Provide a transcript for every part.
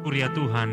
Ya Tuhan,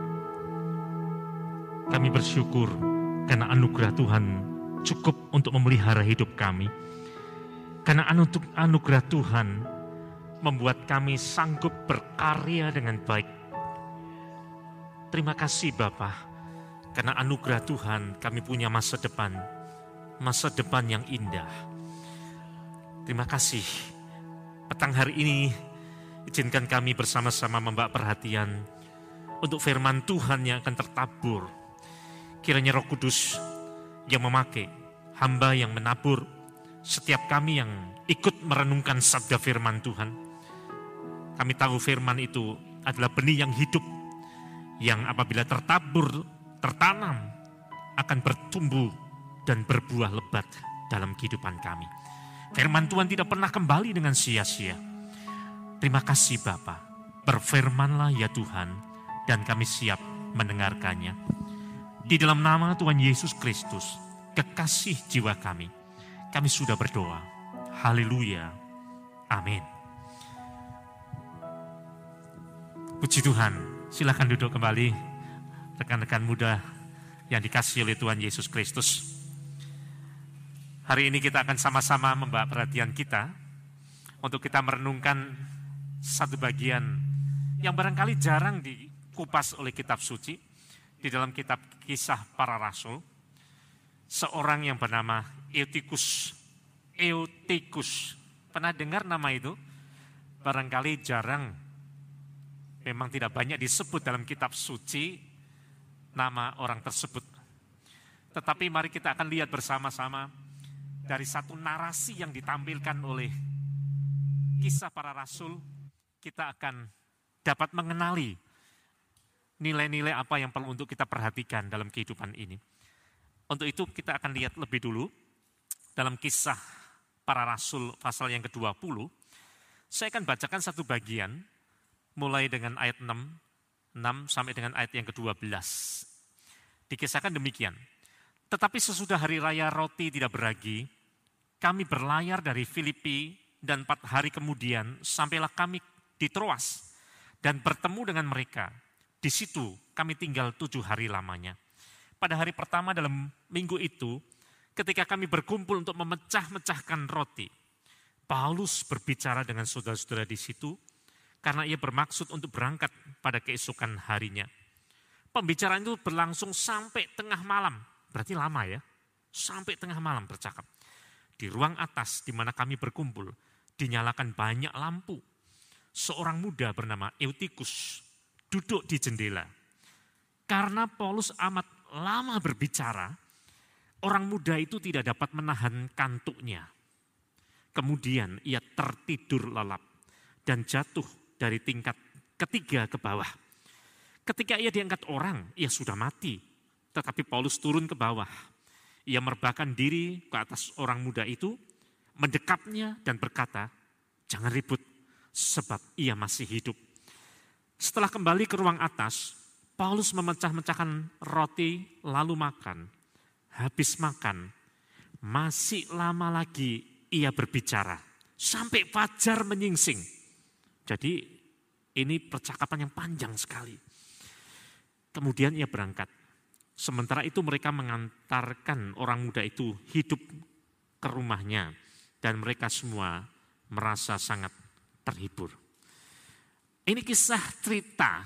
kami bersyukur karena anugerah Tuhan cukup untuk memelihara hidup kami. Karena anugerah Tuhan membuat kami sanggup berkarya dengan baik. Terima kasih Bapa, karena anugerah Tuhan kami punya masa depan yang indah. Terima kasih. Petang hari ini izinkan kami bersama-sama membawa perhatian untuk firman Tuhan yang akan tertabur. Kiranya Roh Kudus yang memakai, hamba yang menabur, setiap kami yang ikut merenungkan sabda firman Tuhan. Kami tahu firman itu adalah benih yang hidup, yang apabila tertabur, tertanam, akan bertumbuh dan berbuah lebat dalam kehidupan kami. Firman Tuhan tidak pernah kembali dengan sia-sia. Terima kasih Bapa, berfirmanlah ya Tuhan, dan kami siap mendengarkannya. Di dalam nama Tuhan Yesus Kristus, kekasih jiwa kami sudah berdoa. Haleluya. Amin. Puji Tuhan, silakan duduk kembali rekan-rekan muda yang dikasihi oleh Tuhan Yesus Kristus. Hari ini kita akan sama-sama membawa perhatian kita untuk kita merenungkan satu bagian yang barangkali jarang dikupas oleh kitab suci. Di dalam kitab Kisah Para Rasul, seorang yang bernama Eutikus. Pernah dengar nama itu? Barangkali jarang, memang tidak banyak disebut dalam kitab suci nama orang tersebut. Tetapi mari kita akan lihat bersama-sama dari satu narasi yang ditampilkan oleh Kisah Para Rasul, kita akan dapat mengenali nilai-nilai apa yang perlu untuk kita perhatikan dalam kehidupan ini. Untuk itu kita akan lihat lebih dulu dalam Kisah Para Rasul pasal yang ke-20. Saya akan bacakan satu bagian mulai dengan ayat 6 sampai dengan ayat yang ke-12. Dikisahkan demikian. Tetapi sesudah hari raya roti tidak beragi, kami berlayar dari Filipi dan 4 hari kemudian sampailah kami di Troas dan bertemu dengan mereka. Di situ kami tinggal 7 hari lamanya. Pada hari pertama dalam minggu itu, ketika kami berkumpul untuk memecah-mecahkan roti, Paulus berbicara dengan saudara-saudara di situ karena ia bermaksud untuk berangkat pada keesokan harinya. Pembicaraan itu berlangsung sampai tengah malam, berarti lama ya, sampai tengah malam bercakap. Di ruang atas di mana kami berkumpul, dinyalakan banyak lampu. Seorang muda bernama Eutikus duduk di jendela. Karena Paulus amat lama berbicara, orang muda itu tidak dapat menahan kantuknya. Kemudian ia tertidur lelap dan jatuh dari tingkat ketiga ke bawah. Ketika ia diangkat orang, ia sudah mati. Tetapi Paulus turun ke bawah. Ia merebahkan diri ke atas orang muda itu, mendekapnya dan berkata, "Jangan ribut, sebab ia masih hidup." Setelah kembali ke ruang atas, Paulus memecah-mecahkan roti lalu makan. Habis makan, masih lama lagi ia berbicara sampai fajar menyingsing. Jadi ini percakapan yang panjang sekali. Kemudian ia berangkat. Sementara itu mereka mengantarkan orang muda itu hidup ke rumahnya dan mereka semua merasa sangat terhibur. Ini kisah cerita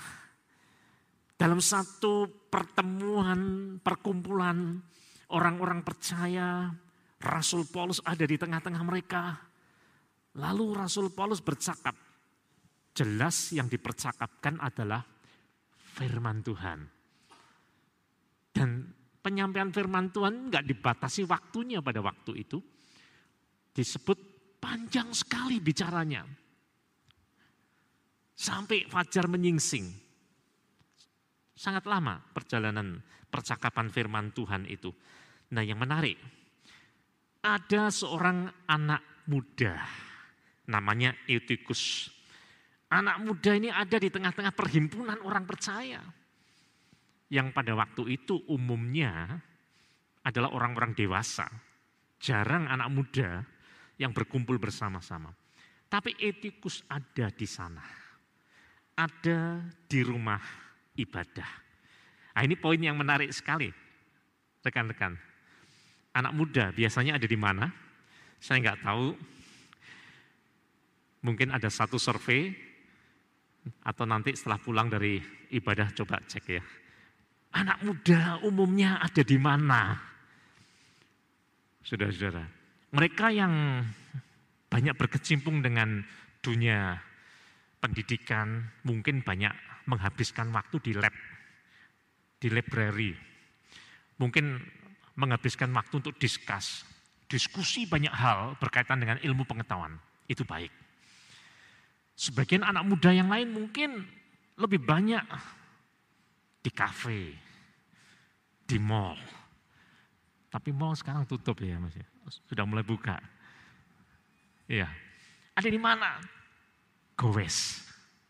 dalam satu pertemuan, perkumpulan orang-orang percaya. Rasul Paulus ada di tengah-tengah mereka. Lalu Rasul Paulus bercakap. Jelas yang dipercakapkan adalah firman Tuhan. Dan penyampaian firman Tuhan enggak dibatasi waktunya pada waktu itu. Disebut panjang sekali bicaranya. Sampai fajar menyingsing. Sangat lama perjalanan percakapan firman Tuhan itu. Nah yang menarik, ada seorang anak muda, namanya Eutikus. Anak muda ini ada di tengah-tengah perhimpunan orang percaya. Yang pada waktu itu umumnya adalah orang-orang dewasa. Jarang anak muda yang berkumpul bersama-sama. Tapi Eutikus ada di sana. ada di rumah ibadah. Nah, ini poin yang menarik sekali, rekan-rekan. Anak muda biasanya ada di mana? Saya nggak tahu. Mungkin ada satu survei, atau nanti setelah pulang dari ibadah coba cek ya. Anak muda umumnya ada di mana? Saudara-saudara, mereka yang banyak berkecimpung dengan dunia pendidikan, mungkin banyak menghabiskan waktu di library. Mungkin menghabiskan waktu untuk diskusi banyak hal berkaitan dengan ilmu pengetahuan. Itu baik. Sebagian anak muda yang lain mungkin lebih banyak di kafe, di mall. Tapi mall sekarang tutup ya Mas, sudah mulai buka. Iya. Ada di mana? Gowes.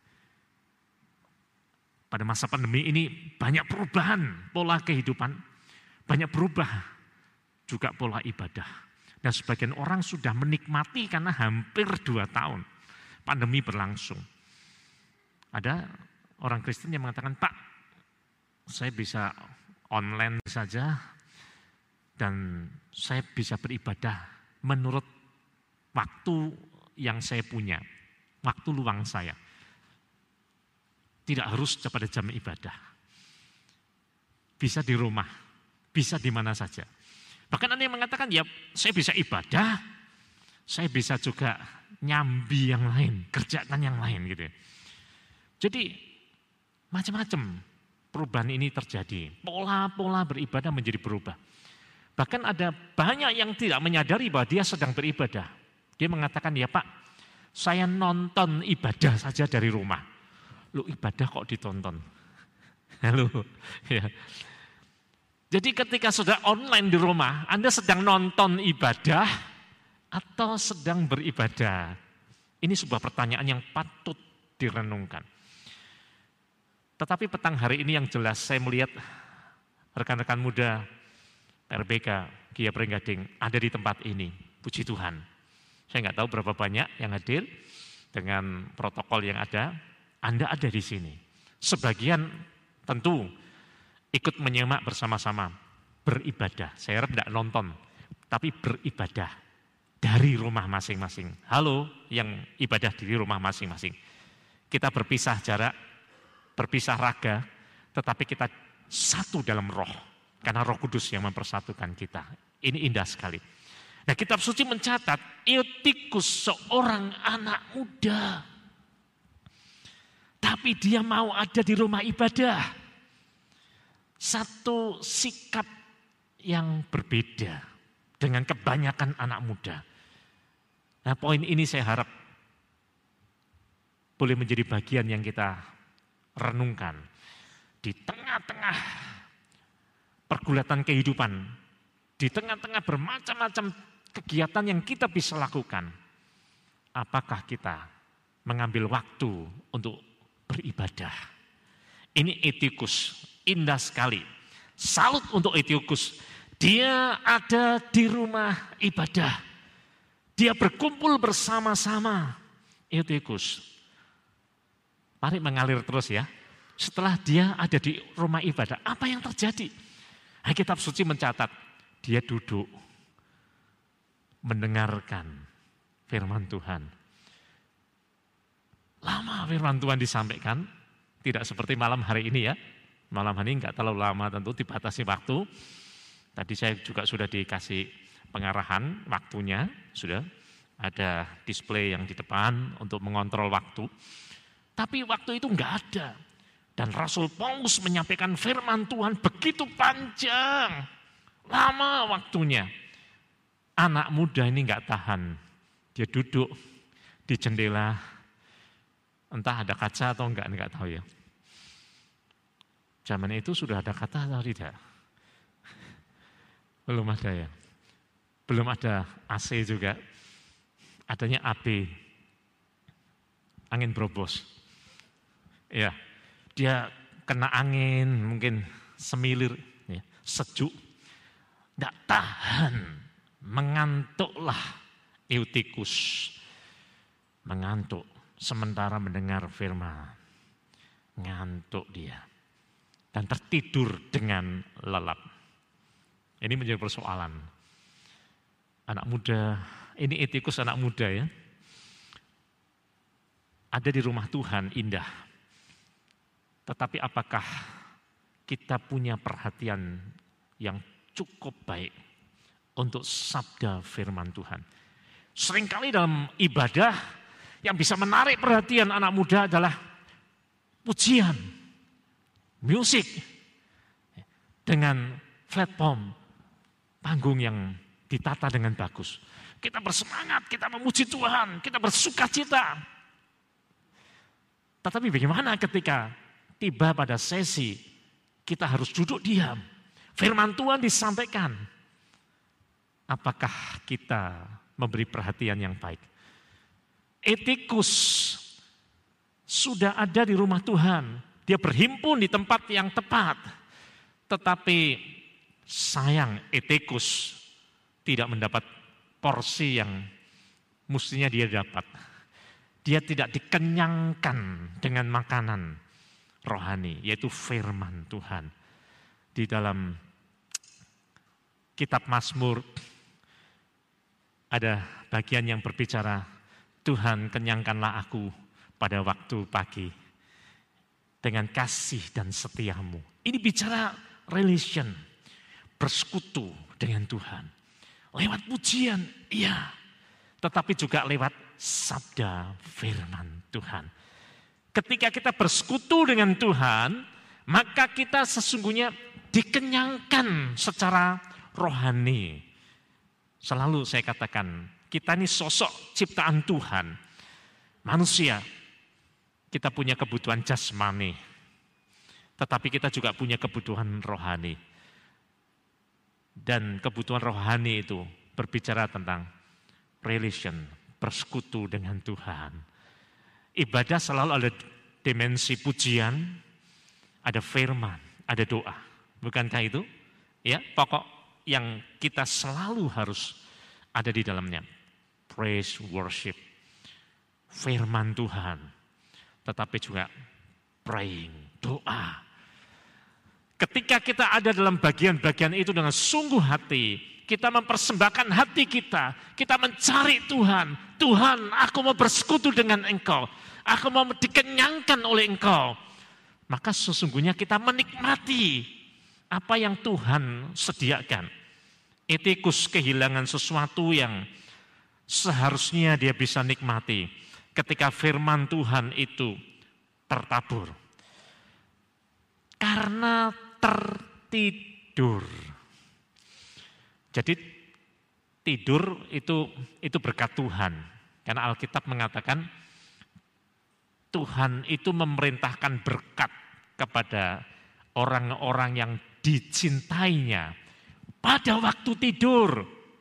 Pada masa pandemi ini banyak perubahan pola kehidupan, banyak berubah juga pola ibadah. Dan sebagian orang sudah menikmati karena hampir 2 tahun pandemi berlangsung. Ada orang Kristen yang mengatakan, Pak, saya bisa online saja dan saya bisa beribadah menurut waktu yang saya punya, waktu luang saya. Tidak harus pada jam ibadah. Bisa di rumah, bisa di mana saja. Bahkan ada yang mengatakan, ya saya bisa ibadah, saya bisa juga nyambi yang lain, kerjakan yang lain gitu ya. Jadi macam-macam perubahan ini terjadi. Pola-pola beribadah menjadi berubah. Bahkan ada banyak yang tidak menyadari bahwa dia sedang beribadah. Dia mengatakan, ya Pak, saya nonton ibadah saja dari rumah. Lu ibadah kok ditonton? Halo. Ya. Jadi ketika sudah online di rumah, Anda sedang nonton ibadah atau sedang beribadah? Ini sebuah pertanyaan yang patut direnungkan. Tetapi petang hari ini yang jelas saya melihat rekan-rekan muda RBK, Gia Pringgading ada di tempat ini, puji Tuhan. Saya nggak tahu berapa banyak yang hadir dengan protokol yang ada, Anda ada di sini. Sebagian tentu ikut menyimak bersama-sama, beribadah. Saya harap tidak nonton, tapi beribadah dari rumah masing-masing. Halo yang ibadah di rumah masing-masing. Kita berpisah jarak, berpisah raga, tetapi kita satu dalam roh. Karena Roh Kudus yang mempersatukan kita. Ini indah sekali. Nah, kitab suci mencatat Eutikus seorang anak muda. Tapi dia mau ada di rumah ibadah. Satu sikap yang berbeda dengan kebanyakan anak muda. Nah, poin ini saya harap boleh menjadi bagian yang kita renungkan. Di tengah-tengah pergulatan kehidupan, di tengah-tengah bermacam-macam kegiatan yang kita bisa lakukan, apakah kita mengambil waktu untuk beribadah? Ini Eutikus, indah sekali. Salut untuk Eutikus. Dia ada di rumah ibadah. Dia berkumpul bersama-sama. Eutikus. Mari mengalir terus ya. Setelah dia ada di rumah ibadah, apa yang terjadi? Kitab suci mencatat, dia duduk mendengarkan firman Tuhan. Lama firman Tuhan disampaikan, tidak seperti malam hari ini ya. Malam hari ini enggak terlalu lama, tentu dibatasi waktu. Tadi saya juga sudah dikasih pengarahan waktunya, sudah ada display yang di depan untuk mengontrol waktu. Tapi waktu itu enggak ada. Dan Rasul Paulus menyampaikan firman Tuhan begitu panjang, lama waktunya. Anak muda ini enggak tahan, dia duduk di jendela, entah ada kaca atau enggak tahu ya. Zaman itu sudah ada kaca atau tidak? Belum ada ya. Belum ada AC juga, adanya AB, angin berobos. Ya. Dia kena angin, mungkin semilir, ya, sejuk, tidak tahan, mengantuklah Eutikus. Mengantuk sementara mendengar firman. ngantuk dia. Dan tertidur dengan lelap. Ini menjadi persoalan. Anak muda, ini etikus anak muda ya. Ada di rumah Tuhan indah. Tetapi apakah kita punya perhatian yang cukup baik untuk sabda firman Tuhan? Seringkali dalam ibadah yang bisa menarik perhatian anak muda adalah pujian, musik, dengan platform, panggung yang ditata dengan bagus. Kita bersemangat, kita memuji Tuhan, kita bersuka cita. Tetapi bagaimana ketika tiba pada sesi kita harus duduk diam, firman Tuhan disampaikan. Apakah kita memberi perhatian yang baik? Etikus sudah ada di rumah Tuhan. Dia berhimpun di tempat yang tepat. Tetapi sayang etikus tidak mendapat porsi yang mestinya dia dapat. Dia tidak dikenyangkan dengan makanan rohani, yaitu firman Tuhan. Di dalam kitab Mazmur ada bagian yang berbicara, Tuhan kenyangkanlah aku pada waktu pagi dengan kasih dan setiamu. Ini bicara relation, bersekutu dengan Tuhan. Lewat pujian, iya. Tetapi juga lewat sabda firman Tuhan. Ketika kita bersekutu dengan Tuhan, maka kita sesungguhnya dikenyangkan secara rohani. Selalu saya katakan, kita ini sosok ciptaan Tuhan. Manusia, kita punya kebutuhan jasmani. Tetapi kita juga punya kebutuhan rohani. Dan kebutuhan rohani itu berbicara tentang relation, bersekutu dengan Tuhan. Ibadah selalu ada dimensi pujian, ada firman, ada doa. Bukankah itu? Ya, pokok yang kita selalu harus ada di dalamnya. Praise, worship, firman Tuhan. Tetapi juga praying, doa. Ketika kita ada dalam bagian-bagian itu dengan sungguh hati, kita mempersembahkan hati kita mencari Tuhan. Tuhan, aku mau bersekutu dengan Engkau. Aku mau dikenyangkan oleh Engkau. Maka sesungguhnya kita menikmati apa yang Tuhan sediakan. Etikus kehilangan sesuatu yang seharusnya dia bisa nikmati ketika firman Tuhan itu tertabur. Karena tertidur. Jadi tidur itu berkat Tuhan. Karena Alkitab mengatakan Tuhan itu memerintahkan berkat kepada orang-orang yang dicintainya pada waktu tidur.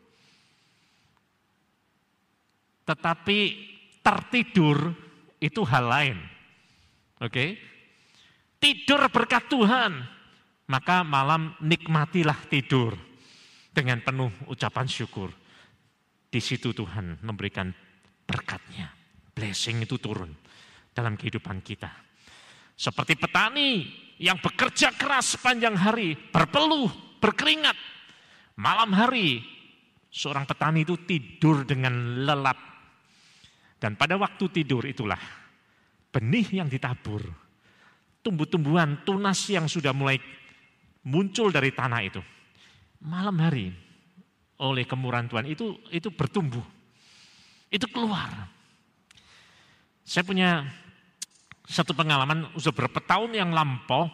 Tetapi tertidur itu hal lain. Oke? Tidur berkat Tuhan, maka malam nikmatilah tidur dengan penuh ucapan syukur. Di situ Tuhan memberikan berkatnya. Blessing itu turun dalam kehidupan kita. Seperti petani yang bekerja keras sepanjang hari, berpeluh, berkeringat. Malam hari, seorang petani itu tidur dengan lelap. Dan pada waktu tidur itulah benih yang ditabur, tumbuh-tumbuhan tunas yang sudah mulai muncul dari tanah itu. Malam hari oleh kemurahan Tuhan itu bertumbuh. Itu keluar. Saya punya satu pengalaman sudah berapa tahun yang lampau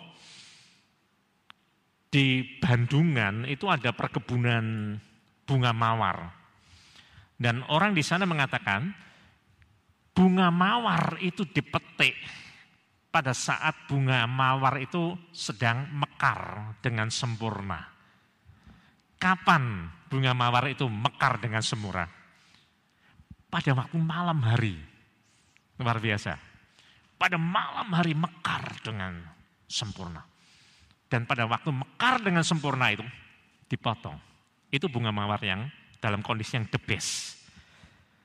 di Bandungan itu ada perkebunan bunga mawar. Dan orang di sana mengatakan bunga mawar itu dipetik pada saat bunga mawar itu sedang mekar dengan sempurna. Kapan bunga mawar itu mekar dengan sempurna? Pada waktu malam hari. Luar biasa. Pada malam hari mekar dengan sempurna. Dan pada waktu mekar dengan sempurna itu dipotong. Itu bunga mawar yang dalam kondisi yang the best.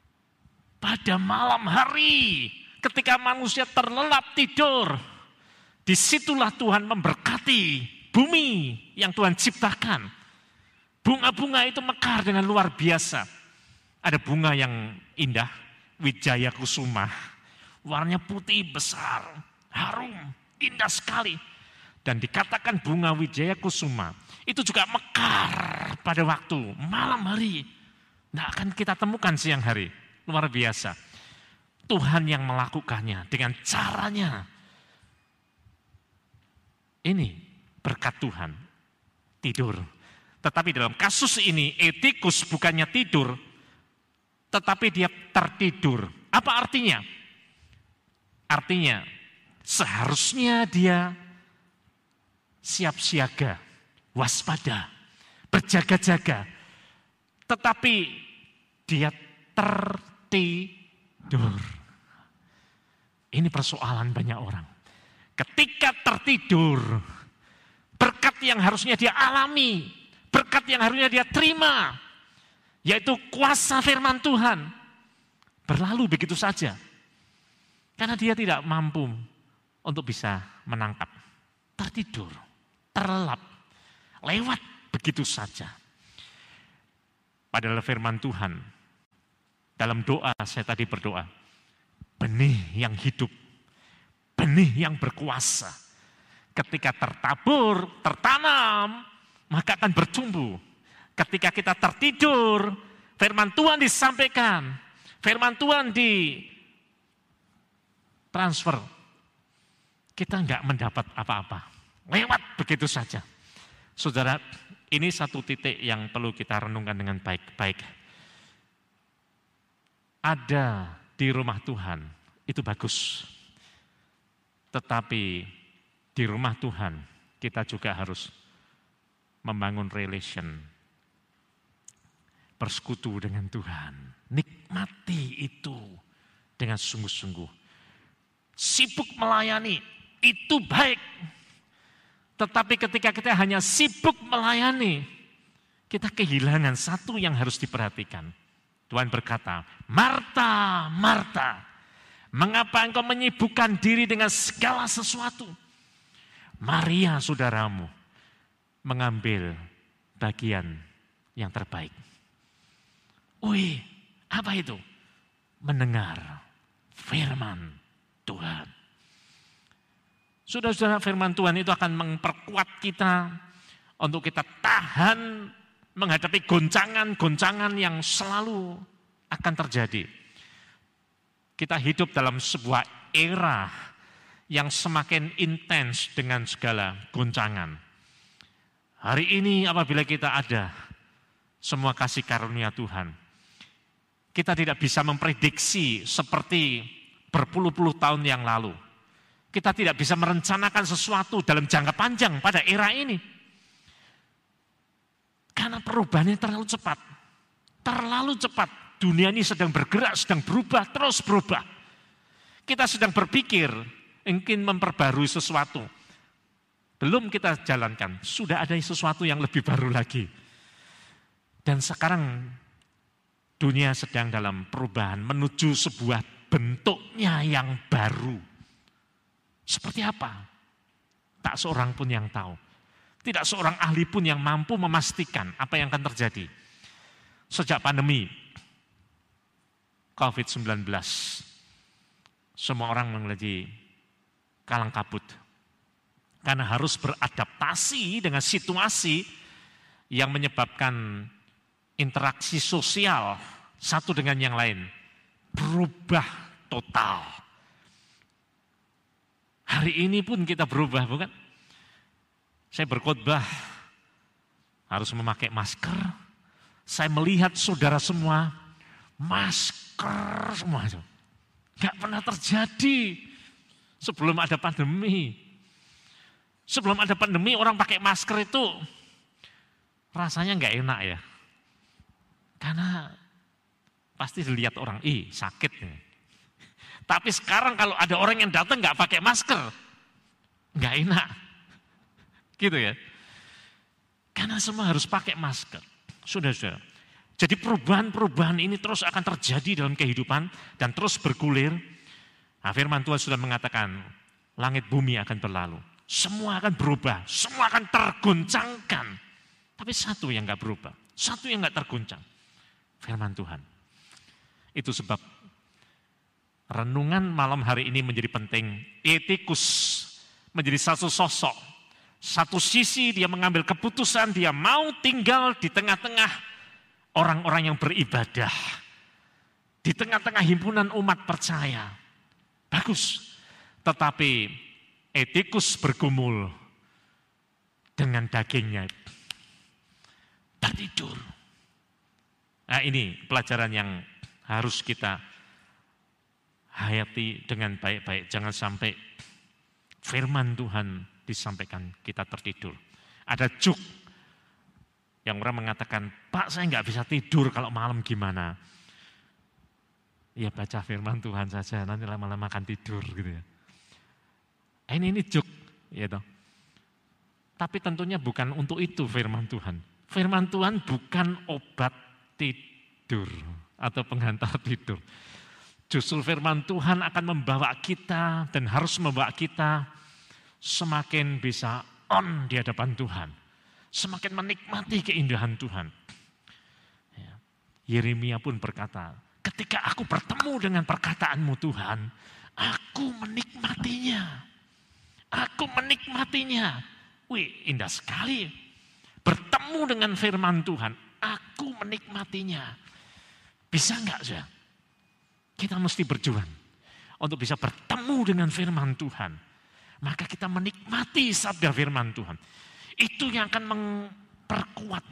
Pada malam hari ketika manusia terlelap tidur, Disitulah Tuhan memberkati bumi yang Tuhan ciptakan. Bunga-bunga itu mekar dengan luar biasa. Ada bunga yang indah, Wijaya Kusuma. Warnanya putih besar, harum, indah sekali. Dan dikatakan bunga Wijaya Kusuma itu juga mekar pada waktu malam hari. Tidak akan kita temukan siang hari. Luar biasa. Tuhan yang melakukannya dengan caranya. Ini berkat Tuhan. Tidur. Tetapi dalam kasus ini Etikus bukannya tidur, tetapi dia tertidur. Apa artinya? Artinya seharusnya dia siap siaga, waspada, berjaga-jaga. Tetapi dia tertidur. Ini persoalan banyak orang. Ketika tertidur, berkat yang harusnya dia alami, berkat yang harusnya dia terima, yaitu kuasa firman Tuhan, berlalu begitu saja. Karena dia tidak mampu untuk bisa menangkap. Tertidur, terlelap, lewat begitu saja. Padahal firman Tuhan, dalam doa saya tadi berdoa, benih yang hidup, benih yang berkuasa. Ketika tertabur, tertanam, maka akan bertumbuh. Ketika kita tertidur, firman Tuhan disampaikan, firman Tuhan ditransfer. Kita enggak mendapat apa-apa. Lewat begitu saja. Saudara, ini satu titik yang perlu kita renungkan dengan baik-baik. Ada di rumah Tuhan, itu bagus. Tetapi di rumah Tuhan, kita juga harus membangun relation, bersekutu dengan Tuhan, nikmati itu dengan sungguh-sungguh. Sibuk melayani, itu baik. Tetapi ketika kita hanya sibuk melayani, kita kehilangan satu yang harus diperhatikan. Tuhan berkata, Marta, Marta, mengapa engkau menyibukkan diri dengan segala sesuatu? Maria saudaramu mengambil bagian yang terbaik. Wih, apa itu? Mendengar firman Tuhan. Saudara-saudara, firman Tuhan itu akan memperkuat kita untuk kita tahan menghadapi goncangan-goncangan yang selalu akan terjadi. Kita hidup dalam sebuah era yang semakin intens dengan segala goncangan. Hari ini apabila kita ada semua kasih karunia Tuhan, kita tidak bisa memprediksi seperti berpuluh-puluh tahun yang lalu. Kita tidak bisa merencanakan sesuatu dalam jangka panjang pada era ini. Karena perubahannya terlalu cepat. Terlalu cepat. Dunia ini sedang bergerak, sedang berubah, terus berubah. Kita sedang berpikir, ingin memperbarui sesuatu. Belum kita jalankan, sudah ada sesuatu yang lebih baru lagi. Dan sekarang dunia sedang dalam perubahan menuju sebuah bentuknya yang baru. Seperti apa? Tak seorang pun yang tahu. Tidak seorang ahli pun yang mampu memastikan apa yang akan terjadi. Sejak pandemi COVID-19, semua orang menjadi kalang kabut. Karena harus beradaptasi dengan situasi yang menyebabkan interaksi sosial satu dengan yang lain berubah total. Hari ini pun kita berubah, bukan? Saya berkhotbah harus memakai masker. Saya melihat saudara semua masker semua itu. Gak pernah terjadi sebelum ada pandemi. Sebelum ada pandemi orang pakai masker itu rasanya gak enak ya. Karena pasti dilihat orang, sakit nih. Tapi sekarang kalau ada orang yang datang gak pakai masker, gak enak. Gitu ya. Karena semua harus pakai masker. Saudara-saudara. Jadi perubahan-perubahan ini terus akan terjadi dalam kehidupan dan terus bergulir. Nah, firman Tuhan sudah mengatakan, langit bumi akan berlalu. Semua akan berubah, semua akan terguncangkan. Tapi satu yang gak berubah, satu yang gak terguncang. Firman Tuhan. Itu sebab renungan malam hari ini menjadi penting. Etikus menjadi satu sosok. Satu sisi dia mengambil keputusan, dia mau tinggal di tengah-tengah orang-orang yang beribadah. Di tengah-tengah himpunan umat percaya. Bagus. Tetapi Etikus bergumul dengan dagingnya. Tertidur. Nah ini pelajaran yang harus kita hayati dengan baik-baik. Jangan sampai firman Tuhan disampaikan kita tertidur. Ada juk yang orang mengatakan, Pak saya nggak bisa tidur kalau malam gimana? Ya baca firman Tuhan saja, nanti lama-lama akan tidur gitu ya. Ini juk, ya toh. Tapi tentunya bukan untuk itu firman Tuhan. Firman Tuhan bukan obat tidur atau penghantar tidur. Justru firman Tuhan akan membawa kita dan harus membawa kita semakin bisa on di hadapan Tuhan. Semakin menikmati keindahan Tuhan. Yeremia pun berkata, ketika aku bertemu dengan perkataan-Mu Tuhan, aku menikmatinya. Aku menikmatinya. Wih, indah sekali. Bertemu dengan firman Tuhan, aku menikmatinya. Bisa enggak, saudara? Kita mesti berjuang untuk bisa bertemu dengan firman Tuhan. Maka kita menikmati sabda firman Tuhan. Itu yang akan memperkuat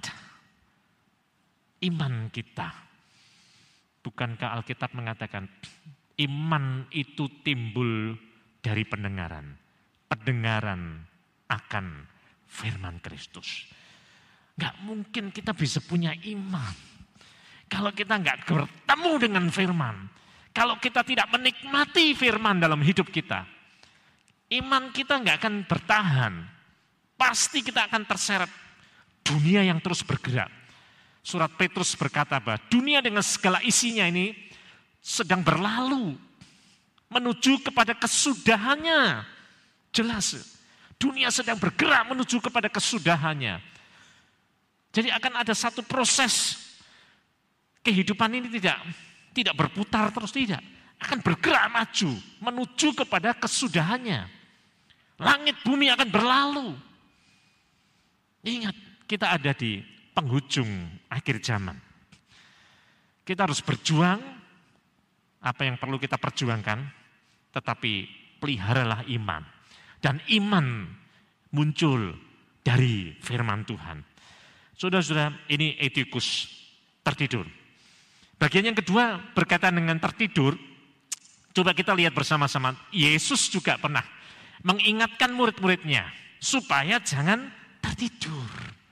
iman kita. Bukankah Alkitab mengatakan iman itu timbul dari pendengaran. Pendengaran akan firman Kristus. Gak mungkin kita bisa punya iman kalau kita gak bertemu dengan firman. Kalau kita tidak menikmati firman dalam hidup kita, iman kita gak akan bertahan. Pasti kita akan terseret dunia yang terus bergerak. Surat Petrus berkata bahwa dunia dengan segala isinya ini sedang berlalu menuju kepada kesudahannya. Jelas, dunia sedang bergerak menuju kepada kesudahannya. Jadi akan ada satu proses kehidupan ini tidak berputar terus, tidak. Akan bergerak maju menuju kepada kesudahannya. Langit bumi akan berlalu. Ingat, kita ada di penghujung akhir zaman. Kita harus berjuang apa yang perlu kita perjuangkan, tetapi peliharalah iman. Dan iman muncul dari firman Tuhan. Saudara-saudara, ini Etikus tertidur. Bagian yang kedua berkaitan dengan tertidur. Coba kita lihat bersama-sama. Yesus juga pernah mengingatkan murid-muridnya supaya jangan tertidur.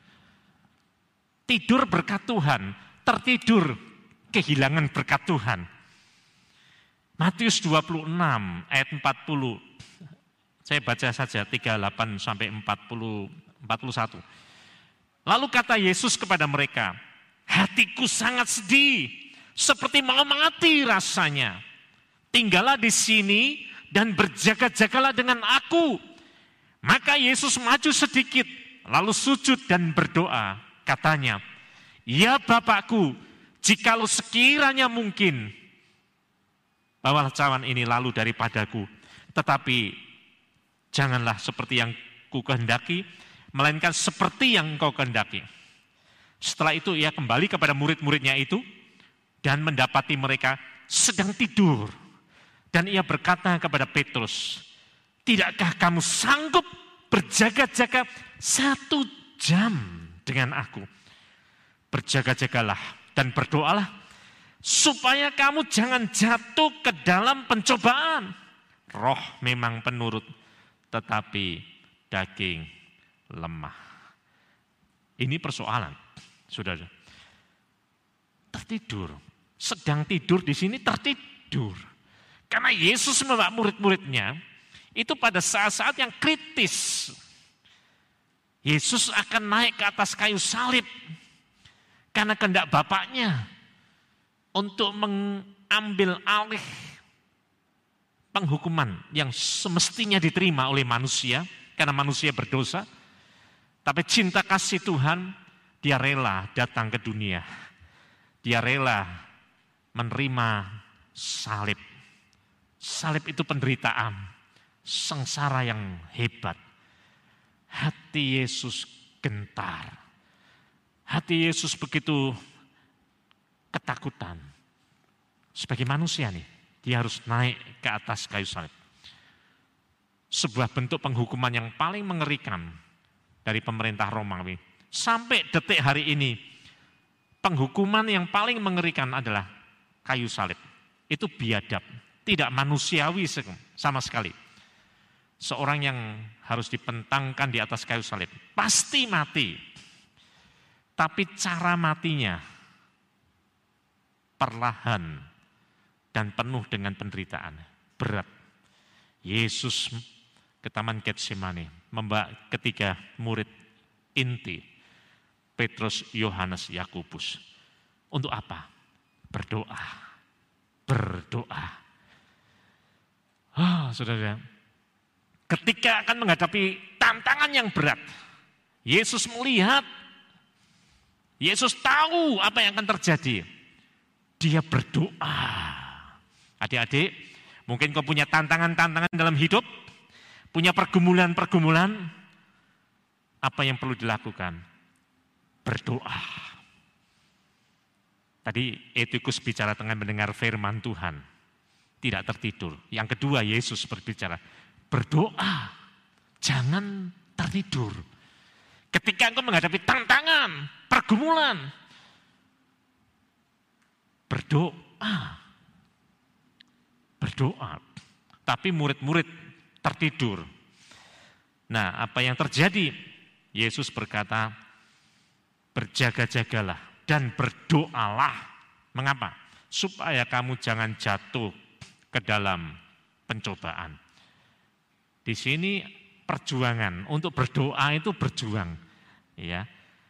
Tidur berkat Tuhan, tertidur kehilangan berkat Tuhan. Matius 26 ayat 40. Saya baca saja 38 sampai 41. Lalu kata Yesus kepada mereka, hatiku sangat sedih, seperti mau mati rasanya. Tinggallah di sini dan berjaga-jagalah dengan aku. Maka Yesus maju sedikit, lalu sujud dan berdoa. Katanya, ya Bapakku, jikalau sekiranya mungkin, bawalah cawan ini lalu daripadaku. Tetapi janganlah seperti yang ku kehendaki, melainkan seperti yang engkau kehendaki. Setelah itu ia kembali kepada murid-muridnya itu dan mendapati mereka sedang tidur. Dan ia berkata kepada Petrus, tidakkah kamu sanggup berjaga-jaga 1 jam dengan aku? Berjaga-jagalah dan berdoalah supaya kamu jangan jatuh ke dalam pencobaan. Roh memang penurut, tetapi daging lemah. Ini persoalan, saudara. Tertidur, sedang tidur di sini tertidur. Karena Yesus membawa murid-muridnya itu pada saat-saat yang kritis. Yesus akan naik ke atas kayu salib karena kehendak Bapaknya untuk mengambil alih penghukuman yang semestinya diterima oleh manusia karena manusia berdosa, tapi cinta kasih Tuhan, dia rela datang ke dunia. Dia rela menerima salib. Salib itu penderitaan, sengsara yang hebat. Hati Yesus gentar. Hati Yesus begitu ketakutan. Sebagai manusia nih, dia harus naik ke atas kayu salib. Sebuah bentuk penghukuman yang paling mengerikan dari pemerintah Romawi. Sampai detik hari ini, penghukuman yang paling mengerikan adalah kayu salib. Itu biadab, tidak manusiawi sama sekali. Seorang yang harus dipentangkan di atas kayu salib, pasti mati. Tapi cara matinya perlahan dan penuh dengan penderitaan, berat. Yesus ke Taman Getsemani, membawa ketiga murid inti, Petrus, Yohanes, Yakobus. Untuk apa? Berdoa. Berdoa. Saudara, ketika akan menghadapi tantangan yang berat, Yesus melihat, Yesus tahu apa yang akan terjadi. Dia berdoa. Adik-adik, mungkin kau punya tantangan-tantangan dalam hidup, punya pergumulan-pergumulan, apa yang perlu dilakukan? Berdoa. Tadi Etikus bicara dengan mendengar firman Tuhan, tidak tertidur. Yang kedua, Yesus berbicara, berdoa, jangan tertidur. Ketika engkau menghadapi tantangan, pergumulan, berdoa. Berdoa. Tapi murid-murid tertidur. Nah, apa yang terjadi? Yesus berkata, berjaga-jagalah dan berdoalah. Mengapa? Supaya kamu jangan jatuh ke dalam pencobaan. Di sini perjuangan, untuk berdoa itu berjuang. Ya.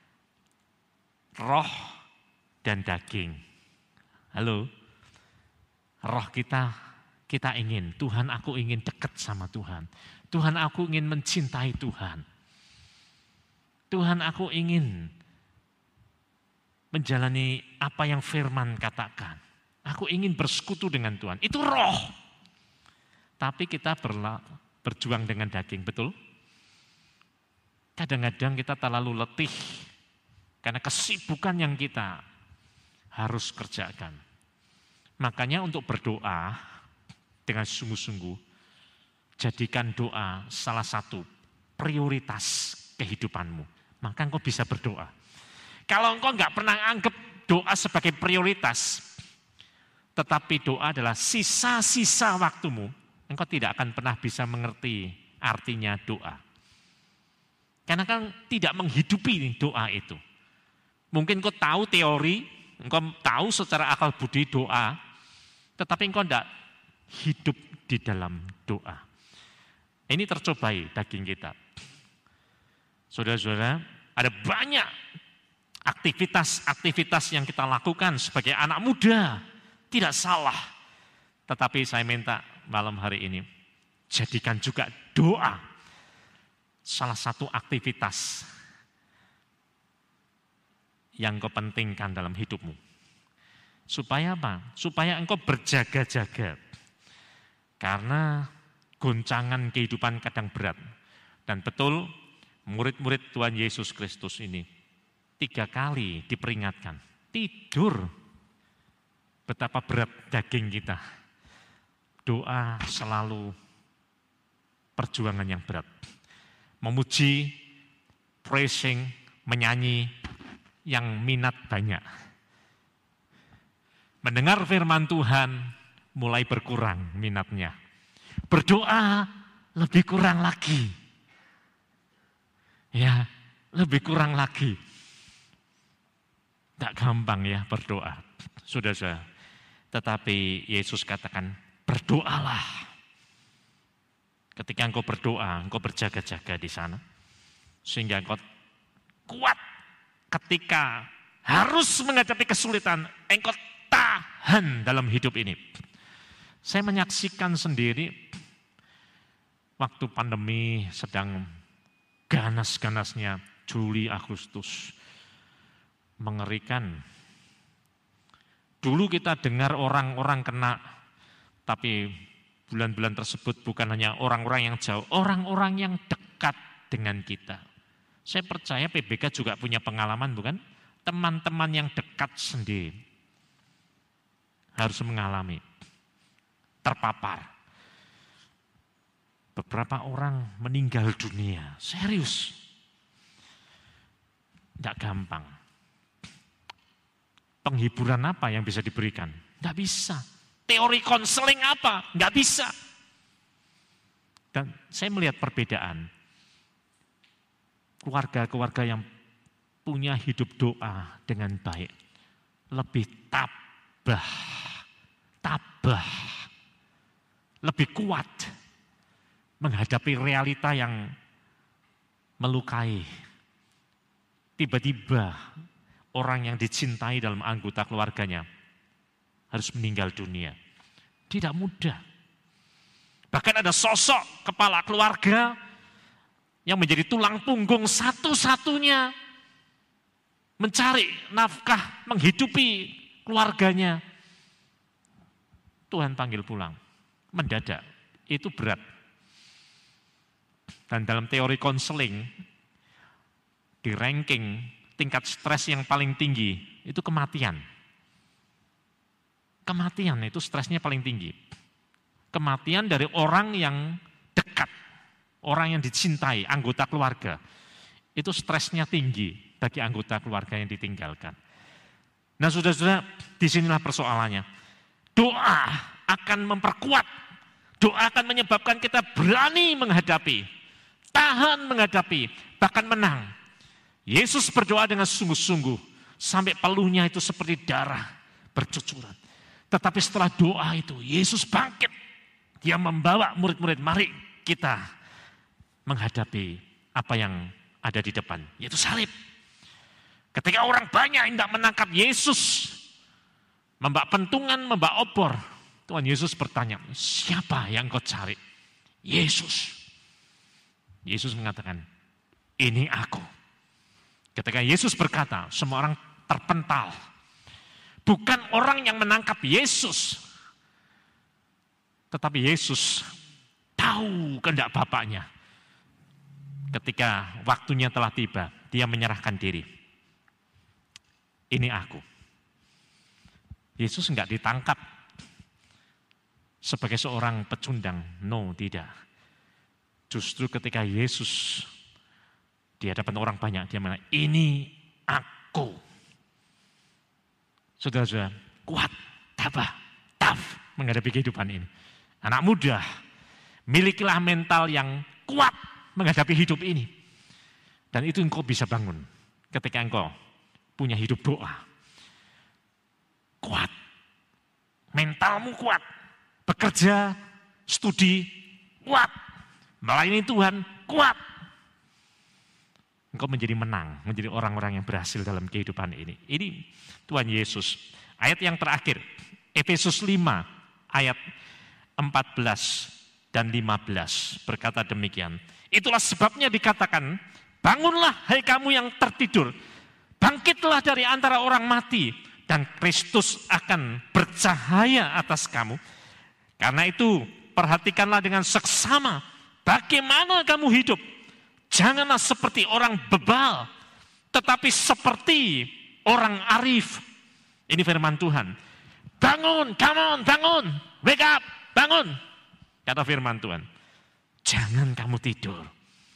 Roh dan daging. Halo? Roh kita ingin, Tuhan aku ingin dekat sama Tuhan. Tuhan aku ingin mencintai Tuhan. Tuhan aku ingin menjalani apa yang firman katakan. Aku ingin bersekutu dengan Tuhan. Itu roh. Tapi kita berjuang dengan daging, betul? Kadang-kadang kita terlalu letih karena kesibukan yang kita harus kerjakan. Makanya untuk berdoa dengan sungguh-sungguh, jadikan doa salah satu prioritas kehidupanmu. Maka engkau bisa berdoa. Kalau engkau enggak pernah anggap doa sebagai prioritas, tetapi doa adalah sisa-sisa waktumu, engkau tidak akan pernah bisa mengerti artinya doa. Karena kan tidak menghidupi doa itu. Mungkin engkau tahu teori, engkau tahu secara akal budi doa, tetapi engkau tidak hidup di dalam doa. Ini tercobai daging kita. Saudara-saudara, ada banyak aktivitas-aktivitas yang kita lakukan sebagai anak muda. Tidak salah. Tetapi saya minta malam hari ini, jadikan juga doa salah satu aktivitas yang kau pentingkan dalam hidupmu. Supaya apa? Supaya engkau berjaga-jaga. Karena goncangan kehidupan kadang berat. Dan betul, murid-murid Tuhan Yesus Kristus ini 3 kali diperingatkan. Tidur, betapa berat daging kita. Doa selalu perjuangan yang berat. Memuji, praising, menyanyi, yang minat banyak. Mendengar firman Tuhan mulai berkurang minatnya. Berdoa lebih kurang lagi. Ya, lebih kurang lagi. Tidak gampang ya berdoa. Saudara-saudara. Tetapi Yesus katakan, berdoalah. Ketika engkau berdoa, engkau berjaga-jaga di sana. Sehingga engkau kuat ketika harus menghadapi kesulitan, engkau tahan dalam hidup ini. Saya menyaksikan sendiri waktu pandemi sedang ganas-ganasnya Juli Agustus. Mengerikan. Dulu kita dengar orang-orang kena, tapi bulan-bulan tersebut bukan hanya orang-orang yang jauh, orang-orang yang dekat dengan kita. Saya percaya PBK juga punya pengalaman, bukan? Teman-teman yang dekat sendiri harus mengalami, terpapar. Beberapa orang meninggal dunia, serius. Tidak gampang. Penghiburan apa yang bisa diberikan? Tidak bisa. Teori konseling apa? Nggak bisa. Dan saya melihat perbedaan. Keluarga-keluarga yang punya hidup doa dengan baik. Lebih tabah. Lebih kuat. Menghadapi realita yang melukai. Tiba-tiba orang yang dicintai dalam anggota keluarganya harus meninggal dunia. Tidak mudah. Bahkan ada sosok kepala keluarga yang menjadi tulang punggung satu-satunya mencari nafkah, menghidupi keluarganya. Tuhan panggil pulang, mendadak. Itu berat. Dan dalam teori konseling, di ranking tingkat stres yang paling tinggi, itu kematian. Kematian itu stresnya paling tinggi. Kematian dari orang yang dekat, orang yang dicintai, anggota keluarga. Itu stresnya tinggi bagi anggota keluarga yang ditinggalkan. Nah saudara-saudara, disinilah persoalannya. Doa akan memperkuat, doa akan menyebabkan kita berani menghadapi, tahan menghadapi, bahkan menang. Yesus berdoa dengan sungguh-sungguh, sampai peluhnya itu seperti darah bercucuran. Tetapi setelah doa itu, Yesus bangkit. Dia membawa murid-murid, mari kita menghadapi apa yang ada di depan, yaitu salib. Ketika orang banyak hendak menangkap Yesus, membawa pentungan, membawa obor, Tuhan Yesus bertanya, siapa yang kau cari? Yesus. Yesus mengatakan, ini aku. Ketika Yesus berkata, semua orang terpental. Bukan orang yang menangkap Yesus. Tetapi Yesus tahu kehendak Bapaknya. Ketika waktunya telah tiba, dia menyerahkan diri. Ini aku. Yesus enggak ditangkap sebagai seorang pecundang. No, tidak. Justru ketika Yesus di hadapan orang banyak, dia mengatakan, ini aku. Saudara-saudara, kuat, tabah, tough menghadapi kehidupan ini. Anak muda, milikilah mental yang kuat menghadapi hidup ini. Dan itu engkau bisa bangun ketika engkau punya hidup doa. Kuat, mentalmu kuat, bekerja, studi, kuat, melayani Tuhan, kuat. Engkau menjadi menang, menjadi orang-orang yang berhasil dalam kehidupan ini. Ini Tuhan Yesus. Ayat yang terakhir, Efesus 5 ayat 14 dan 15 berkata demikian. Itulah sebabnya dikatakan, bangunlah hai kamu yang tertidur, bangkitlah dari antara orang mati, dan Kristus akan bercahaya atas kamu. Karena itu perhatikanlah dengan seksama bagaimana kamu hidup. Janganlah seperti orang bebal, tetapi seperti orang arif. Ini firman Tuhan. Bangun, come on, bangun, wake up, bangun. Kata firman Tuhan. Jangan kamu tidur.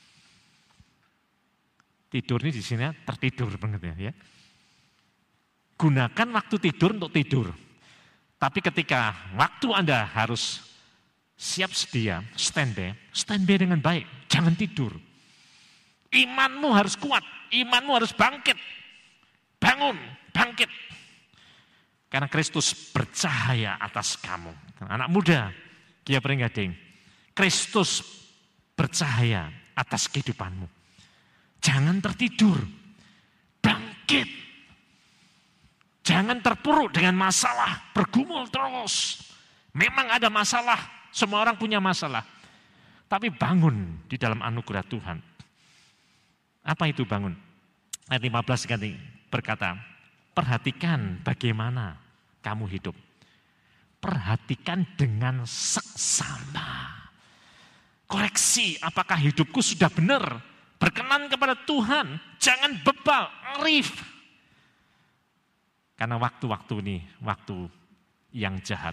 Tidur ini di sini tertidur banget ya. Gunakan waktu tidur untuk tidur. Tapi ketika waktu Anda harus siap sedia, standby dengan baik. Jangan tidur. Imanmu harus kuat, imanmu harus bangkit. Bangun, bangkit. Karena Kristus bercahaya atas kamu. Anak muda, Kia Pringgading, Kristus bercahaya atas kehidupanmu. Jangan tertidur, bangkit. Jangan terpuruk dengan masalah, bergumul terus. Memang ada masalah, semua orang punya masalah. Tapi bangun di dalam anugerah Tuhan. Apa itu bangun? Ayat 15 ganti berkata, perhatikan bagaimana kamu hidup. Perhatikan dengan seksama. Koreksi, apakah hidupku sudah benar? Berkenan kepada Tuhan, jangan bebal, arif. Karena waktu-waktu ini, waktu yang jahat.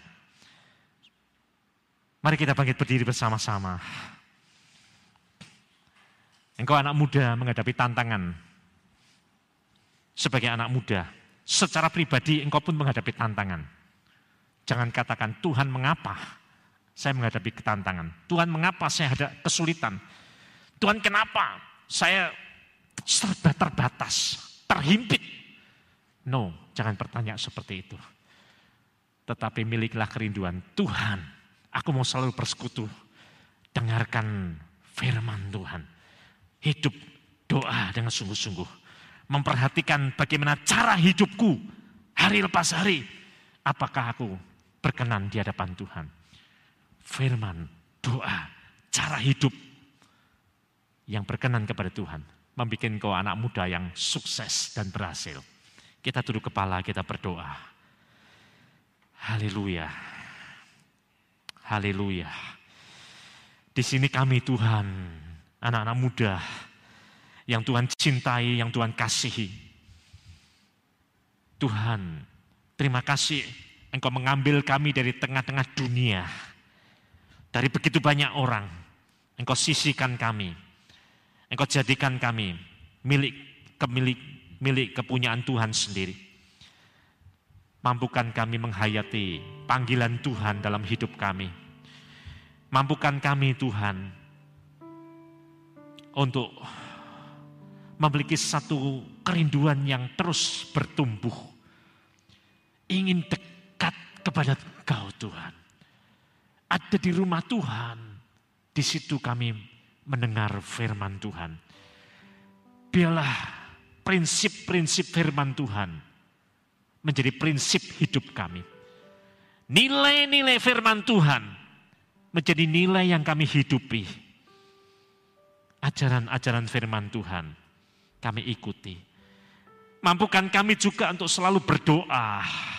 Mari kita bangkit berdiri bersama-sama. Engkau anak muda menghadapi tantangan. Sebagai anak muda, secara pribadi engkau pun menghadapi tantangan. Jangan katakan, Tuhan mengapa saya menghadapi tantangan? Tuhan mengapa saya ada kesulitan? Tuhan kenapa saya serba terbatas, terhimpit? No, jangan bertanya seperti itu. Tetapi milikilah kerinduan, Tuhan, aku mau selalu bersekutu. Dengarkan firman Tuhan. Hidup doa dengan sungguh-sungguh. Memperhatikan bagaimana cara hidupku hari lepas hari. Apakah aku berkenan di hadapan Tuhan? Firman, doa, cara hidup yang berkenan kepada Tuhan. Membuat kau anak muda yang sukses dan berhasil. Kita tunduk kepala, kita berdoa. Haleluya. Haleluya. Di sini kami Tuhan, anak-anak muda yang Tuhan cintai, yang Tuhan kasihi. Tuhan, terima kasih Engkau mengambil kami dari tengah-tengah dunia. Dari begitu banyak orang, Engkau sisihkan kami. Engkau jadikan kami milik kepunyaan Tuhan sendiri. Mampukan kami menghayati panggilan Tuhan dalam hidup kami. Mampukan kami Tuhan untuk memiliki satu kerinduan yang terus bertumbuh. Ingin dekat kepada Engkau Tuhan. Ada di rumah Tuhan, di situ kami mendengar firman Tuhan. Biarlah prinsip-prinsip firman Tuhan menjadi prinsip hidup kami. Nilai-nilai firman Tuhan menjadi nilai yang kami hidupi. Ajaran-ajaran firman Tuhan kami ikuti. Mampukan kami juga untuk selalu berdoa.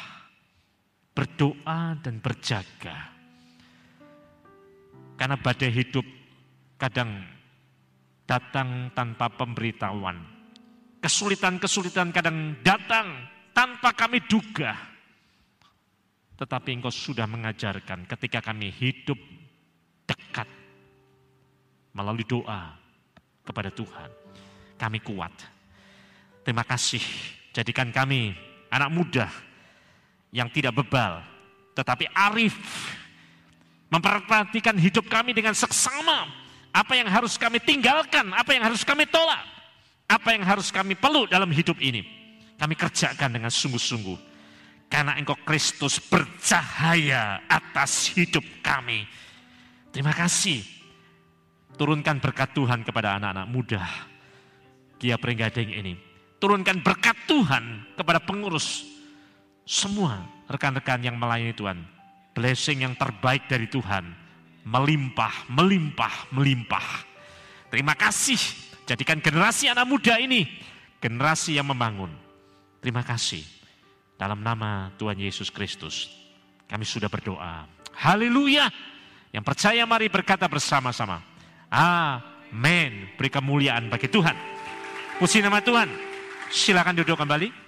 Berdoa dan berjaga. Karena badai hidup kadang datang tanpa pemberitahuan. Kesulitan-kesulitan kadang datang tanpa kami duga. Tetapi Engkau sudah mengajarkan ketika kami hidup dekat melalui doa kepada Tuhan. Kami kuat. Terima kasih. Jadikan kami anak muda yang tidak bebal, tetapi arif. Memperhatikan hidup kami dengan seksama. Apa yang harus kami tinggalkan, apa yang harus kami tolak, apa yang harus kami peluk dalam hidup ini. Kami kerjakan dengan sungguh-sungguh. Karena Engkau Kristus bercahaya atas hidup kami. Terima kasih. Turunkan berkat Tuhan kepada anak-anak muda Gia Pringgading ini. Turunkan berkat Tuhan kepada pengurus. Semua rekan-rekan yang melayani Tuhan. Blessing yang terbaik dari Tuhan. Melimpah, melimpah, melimpah. Terima kasih. Jadikan generasi anak muda ini generasi yang membangun. Terima kasih. Dalam nama Tuhan Yesus Kristus kami sudah berdoa. Haleluya. Yang percaya mari berkata bersama-sama. Amin. Beri kemuliaan bagi Tuhan. Puji nama Tuhan. Silakan duduk kembali.